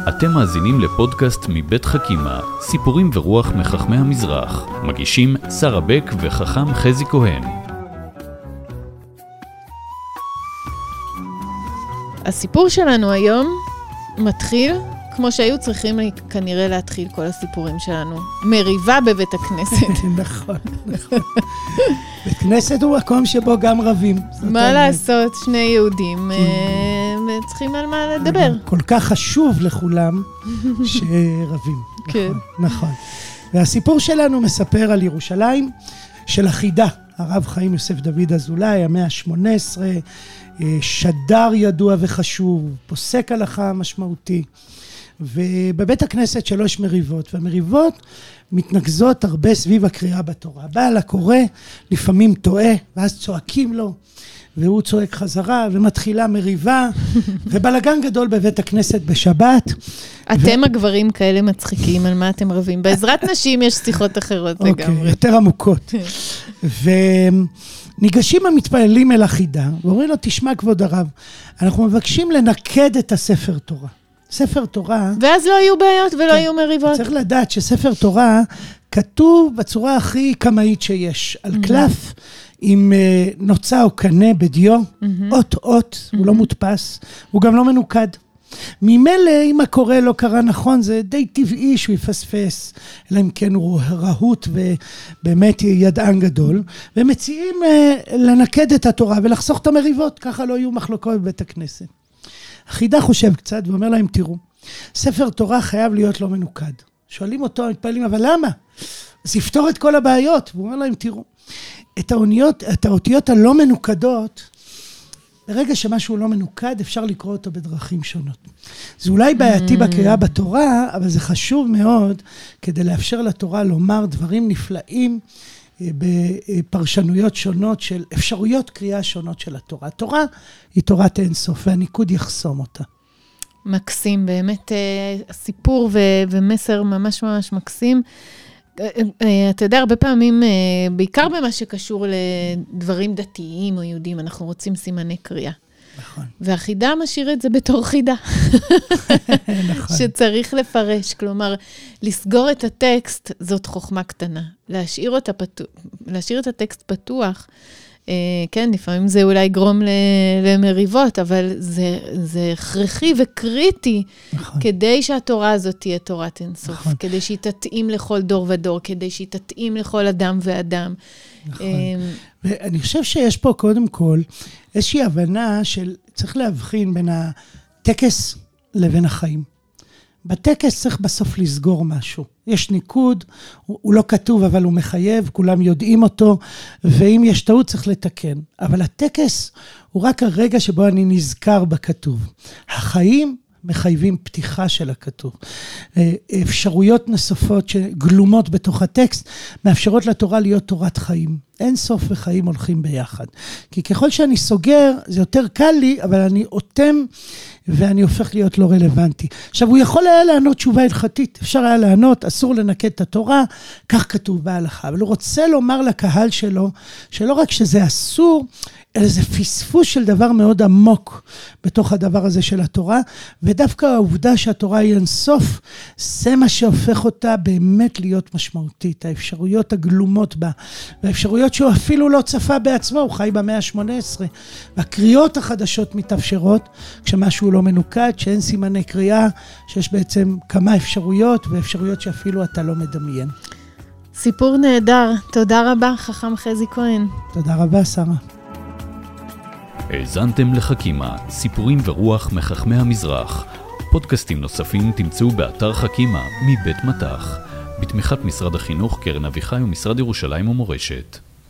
אתם מאזינים לפודקאסט מבית חכימה, סיפורים ורוח מחכמי המזרח. מגישים שרה בק וחכם חזי כהן. הסיפור שלנו היום מתחיל כמו שהיו צריכים כנראה להתחיל כל הסיפורים שלנו. מריבה בבית הכנסת. נכון, נכון. בית כנסת הוא מקום שבו גם רבים. מה לעשות, שני יהודים צריכים על מה לדבר. כל כך חשוב לכולם שרבים. כן. נכון. והסיפור שלנו מספר על ירושלים של החידה. הרב חיים יוסף דוד אזולאי, המאה ה-18, שדר ידוע וחשוב, פוסק הלכה משמעותי. ובבית הכנסת שלו יש מריבות, והמריבות מתנגזות הרבה סביב הקריאה בתורה. בעל הקורא לפעמים טועה, ואז צועקים לו, והוא צועק חזרה, ומתחילה מריבה, ובלגן גדול בבית הכנסת בשבת. אתם הגברים כאלה מצחיקים, על מה אתם רבים? בעזרת נשים יש שיחות אחרות לגמרי. יותר עמוקות. ניגשים המתפללים אל החידה, ואומרים לו, תשמע כבוד הרב, אנחנו מבקשים לנקד את הספר תורה. ספר תורה... ואז לא יהיו בעיות ולא יהיו מריבות. צריך לדעת שספר תורה כתוב בצורה הכי קמאית שיש, על קלף עם נוצה או קנה בדיו, אות, הוא לא מודפס, הוא גם לא מנוקד. ממילא אם הקורא לא קרא נכון, זה די טבעי שהוא יפספס, אלא אם כן הוא רהוט ובאמת ידען גדול, ומציעים לנקד את התורה ולחסוך את המריבות, ככה לא יהיו מחלוקות בבית הכנסת. החידה חושב קצת ואומר להם, תראו, ספר תורה חייב להיות לא מנוקד. שואלים אותו, מתפעלים, אבל למה? אז יפתור את כל הבעיות. והוא אומר להם, תראו, את האותיות הלא מנוקדות, ברגע שמשהו לא מנוקד, אפשר לקרוא אותו בדרכים שונות. זה אולי בעייתי בקריאה בתורה, אבל זה חשוב מאוד, כדי לאפשר לתורה לומר דברים נפלאים, בפרשנויות שונות של אפשרויות קריאה שונות של התורה. התורה היא תורת אינסוף, והניקוד יחסום אותה. מקסים, באמת סיפור ומסר ממש ממש מקסים. אתה יודע, הרבה פעמים, בעיקר במה שקשור לדברים דתיים או יהודים, אנחנו רוצים סימני קריאה. נכון. והחידה משאיר את זה בתור חידה. נכון. שצריך לפרש, כלומר, לסגור את הטקסט, זאת חוכמה קטנה. להשאיר את הטקסט פתוח, כן, לפעמים זה אולי יגרום למריבות, אבל זה הכרחי וקריטי, נכון. כדי שהתורה הזאת תהיה תורת אינסוף, נכון. כדי שהיא תתאים לכל דור ודור, כדי שהיא תתאים לכל אדם ואדם. נכון. ואני חושב שיש פה קודם כל איזושהי הבנה של צריך להבחין בין הטקס לבין החיים. בטקס צריך בסוף לסגור משהו. יש ניקוד, הוא לא כתוב אבל הוא מחייב, כולם יודעים אותו, ואם יש טעות צריך לתקן. אבל הטקס הוא רק הרגע שבו אני נזכר בכתוב. החיים מחייבים פתיחה של הכתוב. אפשרויות נוספות שגלומות בתוך הטקסט, מאפשרות לתורה להיות תורת חיים. אין סוף וחיים הולכים ביחד. כי ככל שאני סוגר, זה יותר קל לי, אבל אני אוטם ואני הופך להיות לא רלוונטי. עכשיו, הוא יכול היה לענות תשובה הלכתית. אפשר היה לענות, אסור לנקד את התורה, כך כתוב בהלכה. אבל הוא רוצה לומר לקהל שלו, שלא רק שזה אסור, אלא זה פספוס של דבר מאוד עמוק בתוך הדבר הזה של התורה, ודווקא העובדה שהתורה היא אינסוף, זה מה שהופך אותה באמת להיות משמעותית. האפשרויות הגלומות בה, והאפשרויות שהוא אפילו לא צפה בעצמו, הוא חי במאה ה-18, והקריאות החדשות מתאפשרות, כשמשהו לא מנוקד, שאין סימני קריאה, שיש בעצם כמה אפשרויות, ואפשרויות שאפילו אתה לא מדמיין. סיפור נהדר, תודה רבה, חכם חזי כהן. תודה רבה, שרה. האזנתם לחכימה, סיפורים ורוח מחכמי המזרח. פודקאסטים נוספים תמצאו באתר חכימה מבית מטח, בתמיכת משרד החינוך, קרן אביחי ומשרד ירושלים ומורשת.